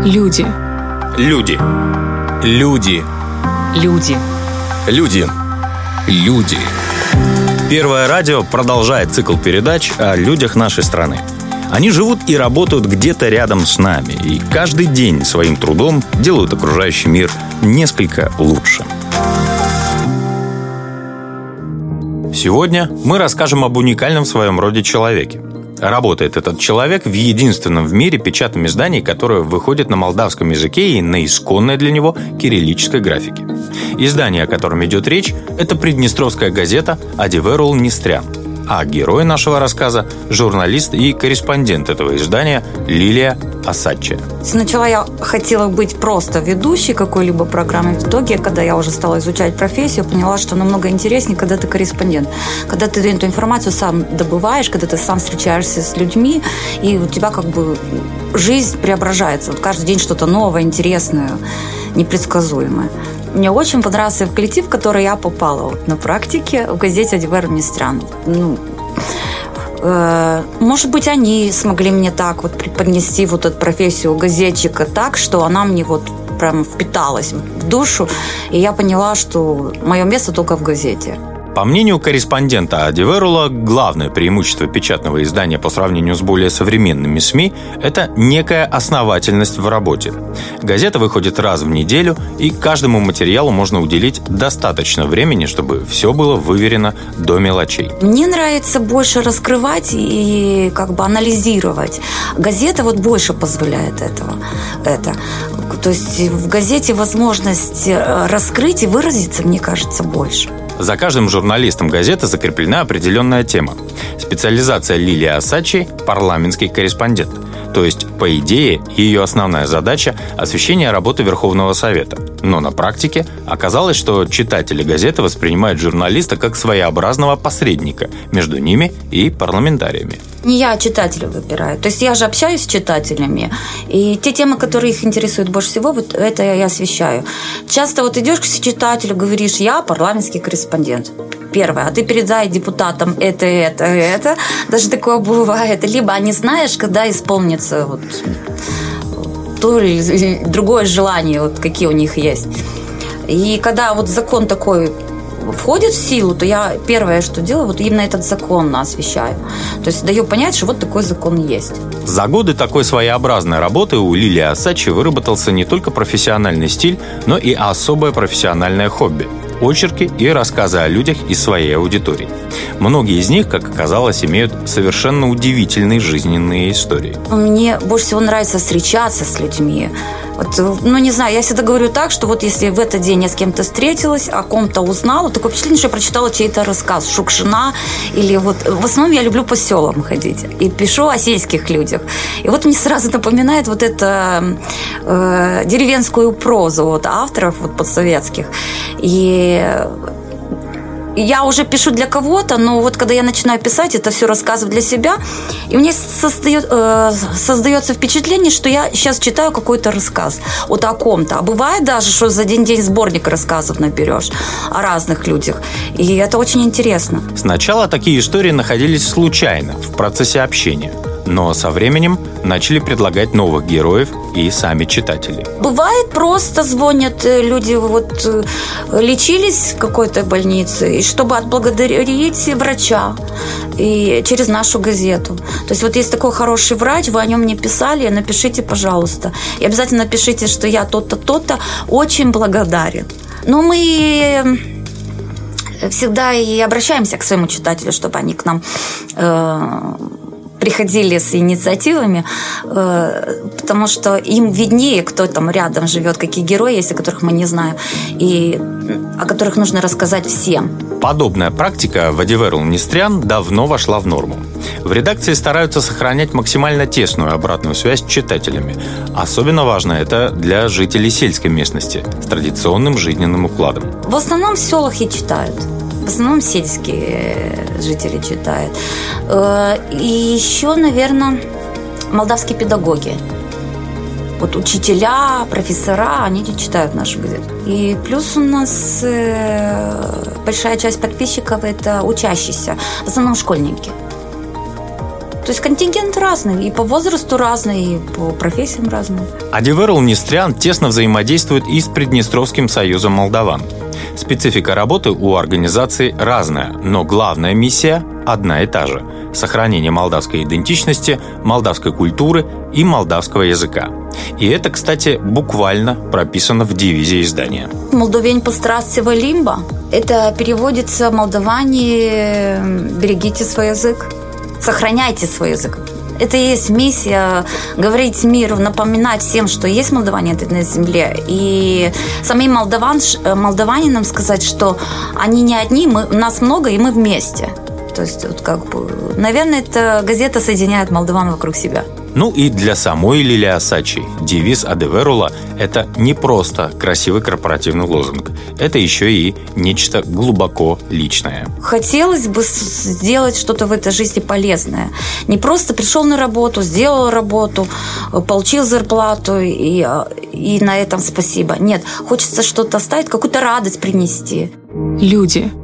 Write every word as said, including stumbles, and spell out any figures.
Люди. Люди. Люди. Люди. Люди. Люди. Первое радио продолжает цикл передач о людях нашей страны. Они живут и работают где-то рядом с нами, и каждый день своим трудом делают окружающий мир несколько лучше. Сегодня мы расскажем об уникальном в своем роде человеке. Работает этот человек в единственном в мире печатном издании, которое выходит на молдавском языке и на исконной для него кириллической графике. Издание, о котором идет речь, это приднестровская газета «Адиверул Нестрян». А герой нашего рассказа – журналист и корреспондент этого издания Лилия Осадчая. Сначала я хотела быть просто ведущей какой-либо программы. В итоге, когда я уже стала изучать профессию, поняла, что намного интереснее, когда ты корреспондент. Когда ты эту информацию сам добываешь, когда ты сам встречаешься с людьми, и у тебя как бы жизнь преображается. Вот каждый день что-то новое, интересное, непредсказуемое. Мне очень понравился коллектив, в который я попала вот, на практике в газете «Адиверул Нестрян». Ну, э, может быть, они смогли мне так вот преподнести вот эту профессию газетчика так, что она мне вот прям впиталась в душу, и я поняла, что мое место только в газете. По мнению корреспондента Адиверула, главное преимущество печатного издания по сравнению с более современными СМИ – это некая основательность в работе. Газета выходит раз в неделю, и каждому материалу можно уделить достаточно времени, чтобы все было выверено до мелочей. Мне нравится больше раскрывать и как бы анализировать. Газета вот больше позволяет этого. Это. То есть в газете возможность раскрыть и выразиться, мне кажется, больше. За каждым журналистом газеты закреплена определенная тема. Специализация Лилии Осадчей – парламентский корреспондент. То есть, по идее, ее основная задача – освещение работы Верховного Совета. Но на практике оказалось, что читатели газеты воспринимают журналиста как своеобразного посредника между ними и парламентариями. Не я, а читатели выбираю. То есть я же общаюсь с читателями, и те темы, которые их интересуют больше всего, вот это я освещаю. Часто вот идешь к читателю, говоришь: я парламентский корреспондент. Первое, а ты передай депутатам это, это, это. Даже такое бывает. Либо не знаешь, когда исполнится вот то или другое желание, вот какие у них есть. И когда вот закон такой входит в силу, то я первое, что делаю, вот именно этот закон освещаю. То есть даю понять, что вот такой закон есть. За годы такой своеобразной работы у Лилии Осадчей выработался не только профессиональный стиль, но и особое профессиональное хобби – очерки и рассказы о людях из своей аудитории. Многие из них, как оказалось, имеют совершенно удивительные жизненные истории. Мне больше всего нравится встречаться с людьми. Вот, ну, не знаю, я всегда говорю так, что вот если в этот день я с кем-то встретилась, о ком-то узнала, такое впечатление, что я прочитала чей-то рассказ Шукшина, или вот в основном я люблю по селам ходить и пишу о сельских людях. И вот мне сразу напоминает вот это э, деревенскую прозу вот, авторов вот, подсоветских. И я уже пишу для кого-то, но вот когда я начинаю писать, это все рассказываю для себя, и у меня создает, э, создается впечатление, что я сейчас читаю какой-то рассказ вот о ком-то. А бывает даже, что за один день сборник рассказов наберешь о разных людях. И это очень интересно. Сначала такие истории находились случайно, в процессе общения. Но со временем начали предлагать новых героев и сами читатели. Бывает, просто звонят люди, вот лечились в какой-то больнице, и чтобы отблагодарить врача и через нашу газету. То есть вот есть такой хороший врач, вы о нем мне писали, напишите, пожалуйста. И обязательно напишите, что я то-то, то-то, очень благодарен. Но мы всегда и обращаемся к своему читателю, чтобы они к нам э, приходили с инициативами, потому что им виднее, кто там рядом живет, какие герои есть, о которых мы не знаем, и о которых нужно рассказать всем. Подобная практика в Адиверул Нестрян давно вошла в норму. В редакции стараются сохранять максимально тесную обратную связь с читателями. Особенно важно это для жителей сельской местности с традиционным жизненным укладом. В основном в селах и читают. В основном сельские жители читают. И еще, наверное, молдавские педагоги. Вот учителя, профессора, они читают нашу газету. И плюс у нас большая часть подписчиков – это учащиеся, в основном школьники. То есть контингент разный, и по возрасту разный, и по профессиям разный. Адиверл Нестрян тесно взаимодействует и с Приднестровским союзом молдаван. Специфика работы у организации разная, но главная миссия одна и та же – сохранение молдавской идентичности, молдавской культуры и молдавского языка. И это, кстати, буквально прописано в девизе издания. «Молдовень пострастива лимба» – это переводится «Молдаване, берегите свой язык». Сохраняйте свой язык. Это и есть миссия – говорить миру, напоминать всем, что есть молдаване на земле. И самим молдаван, молдаванинам сказать, что они не одни, мы, нас много, и мы вместе. То есть, вот как бы, наверное, эта газета соединяет молдаван вокруг себя. Ну и для самой Лили Асачи девиз Адиверула – это не просто красивый корпоративный лозунг. Это еще и нечто глубоко личное. Хотелось бы сделать что-то в этой жизни полезное. Не просто пришел на работу, сделал работу, получил зарплату и, и на этом спасибо. Нет, хочется что-то оставить, какую-то радость принести. Люди.